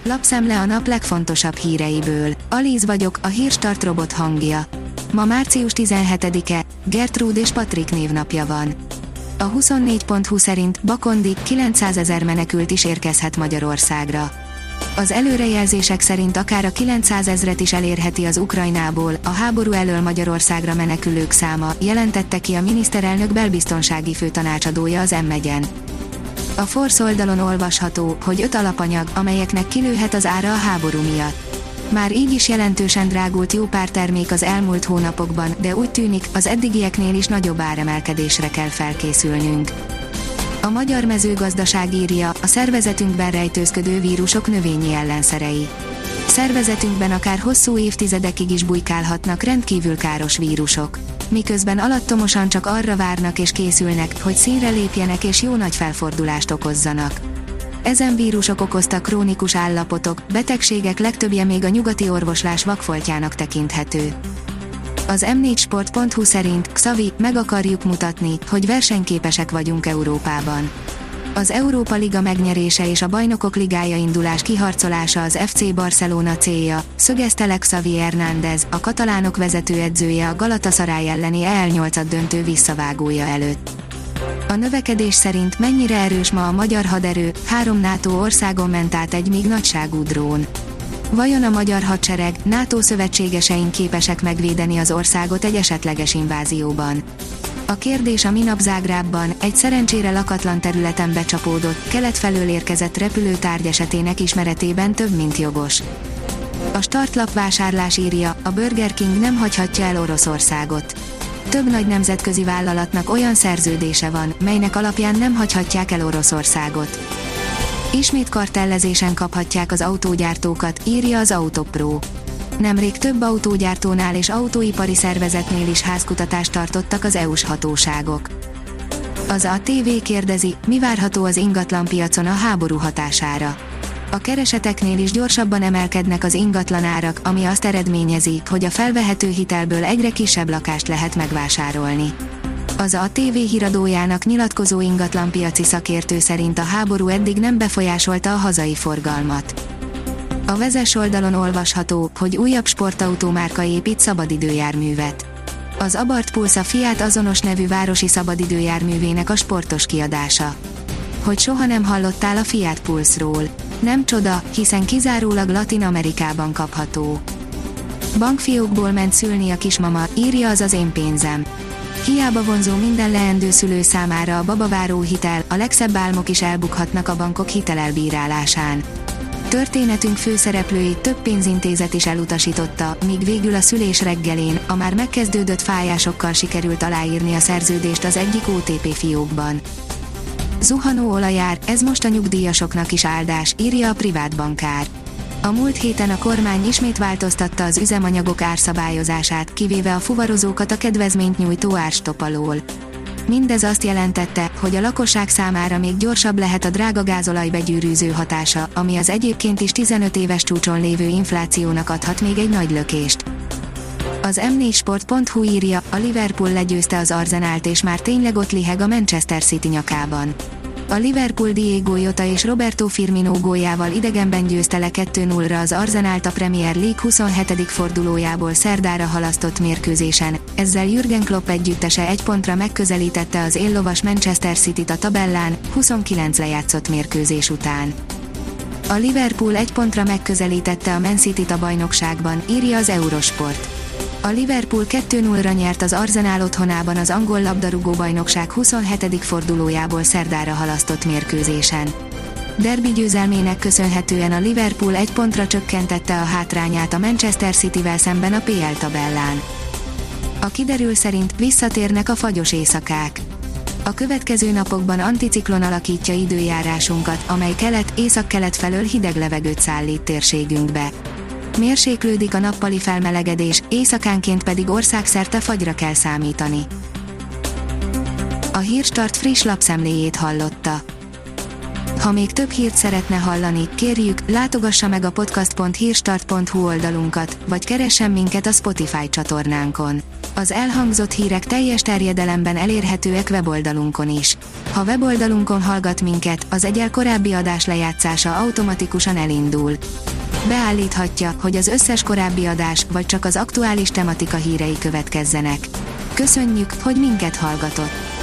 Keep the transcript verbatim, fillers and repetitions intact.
Lapszemle a nap legfontosabb híreiből. Alíz vagyok, a Hírstart robot hangja. Ma március tizenhetedike, Gertrude és Patrik névnapja van. A huszonnégy pont hu szerint Bakondi kilencszázezer menekült is érkezhet Magyarországra. Az előrejelzések szerint akár a kilencszázezret is elérheti az Ukrajnából a háború elől Magyarországra menekülők száma, jelentette ki a miniszterelnök belbiztonsági főtanácsadója az em egyen. A Force oldalon olvasható, hogy öt alapanyag, amelyeknek kilőhet az ára a háború miatt. Már így is jelentősen drágult jó pár termék az elmúlt hónapokban, de úgy tűnik, az eddigieknél is nagyobb áremelkedésre kell felkészülnünk. A Magyar Mezőgazdaság írja, a szervezetünkben rejtőzködő vírusok növényi ellenszerei. Szervezetünkben akár hosszú évtizedekig is bujkálhatnak rendkívül káros vírusok. Miközben alattomosan csak arra várnak és készülnek, hogy színre lépjenek és jó nagy felfordulást okozzanak. Ezen vírusok okoztak krónikus állapotok, betegségek legtöbbje még a nyugati orvoslás vakfoltjának tekinthető. Az em négy sport pont hu szerint Xavi, meg akarjuk mutatni, hogy versenyképesek vagyunk Európában. Az Európa Liga megnyerése és a Bajnokok Ligája indulás kiharcolása az ef cé Barcelona célja, szögezte le Xavi Hernández, a katalánok vezetőedzője a Galatasaray elleni é el nyolcad döntő visszavágója előtt. A növekedés szerint mennyire erős ma a magyar haderő, három NATO országon ment át egy még nagyságú drón. Vajon a magyar hadsereg, NATO szövetségeseink képesek megvédeni az országot egy esetleges invázióban? A kérdés a minap Zágrábban, egy szerencsére lakatlan területen becsapódott, kelet felől érkezett repülőtárgy esetének ismeretében több mint jogos. A startlap vásárlás írja, a Burger King nem hagyhatja el Oroszországot. Több nagy nemzetközi vállalatnak olyan szerződése van, melynek alapján nem hagyhatják el Oroszországot. Ismét kartellezésen kaphatják az autógyártókat, írja az Autopro. Nemrég több autógyártónál és autóipari szervezetnél is házkutatást tartottak az é u-s hatóságok. Az á té vé kérdezi, mi várható az ingatlanpiacon a háború hatására. A kereseteknél is gyorsabban emelkednek az ingatlanárak, ami azt eredményezi, hogy a felvehető hitelből egyre kisebb lakást lehet megvásárolni. Az á té vé híradójának nyilatkozó ingatlanpiaci szakértő szerint a háború eddig nem befolyásolta a hazai forgalmat. A Vezes oldalon olvasható, hogy újabb sportautómárka épít szabadidőjárművet. Az Abarth Pulse a Fiat azonos nevű városi szabadidőjárművének a sportos kiadása. Hogy soha nem hallottál a Fiat Pulse-ról? Nem csoda, hiszen kizárólag Latin Amerikában kapható. Bankfiókból ment szülni a kismama, írja az az én pénzem. Hiába vonzó minden leendő szülő számára a babaváró hitel, a legszebb álmok is elbukhatnak a bankok hitelelbírálásán. Történetünk főszereplőit több pénzintézet is elutasította, míg végül a szülés reggelén, a már megkezdődött fájásokkal sikerült aláírni a szerződést az egyik o té pé fiókban. Zuhanó olajár, ez most a nyugdíjasoknak is áldás, írja a privát bankár. A múlt héten a kormány ismét változtatta az üzemanyagok árszabályozását, kivéve a fuvarozókat a kedvezményt nyújtó árstop alól. Mindez azt jelentette, hogy a lakosság számára még gyorsabb lehet a drága gázolaj begyűrűző hatása, ami az egyébként is tizenöt éves csúcson lévő inflációnak adhat még egy nagy lökést. Az em négy sport pont hu írja, a Liverpool legyőzte az Arsenált és már tényleg ott liheg a Manchester City nyakában. A Liverpool Diego Jota és Roberto Firmino góljával idegenben győzte le kettő nullra az Arsenált a Premier League huszonhetedik fordulójából szerdára halasztott mérkőzésen, ezzel Jürgen Klopp együttese egy pontra megközelítette az éllovas Manchester Cityt a tabellán, huszonkilenc lejátszott mérkőzés után. A Liverpool egy pontra megközelítette a Man Cityt a bajnokságban, írja az Eurosport. A Liverpool kettő nullra nyert az Arsenal otthonában az angol labdarúgó-bajnokság huszonhetedik fordulójából szerdára halasztott mérkőzésen. Derbi győzelmének köszönhetően a Liverpool egy pontra csökkentette a hátrányát a Manchester Cityvel szemben a pé el tabellán. A kiderül szerint visszatérnek a fagyos éjszakák. A következő napokban anticiklon alakítja időjárásunkat, amely kelet-észak-kelet felől hideg levegőt szállít térségünkbe. Mérséklődik a nappali felmelegedés, éjszakánként pedig országszerte fagyra kell számítani. A Hírstart friss lapszemléjét hallotta. Ha még több hírt szeretne hallani, kérjük, látogassa meg a podcast pont hírstart pont hu oldalunkat, vagy keressen minket a Spotify csatornánkon. Az elhangzott hírek teljes terjedelemben elérhetőek weboldalunkon is. Ha weboldalunkon hallgat minket, az egyel korábbi adás lejátszása automatikusan elindul. Beállíthatja, hogy az összes korábbi adás, vagy csak az aktuális tematika hírei következzenek. Köszönjük, hogy minket hallgatott!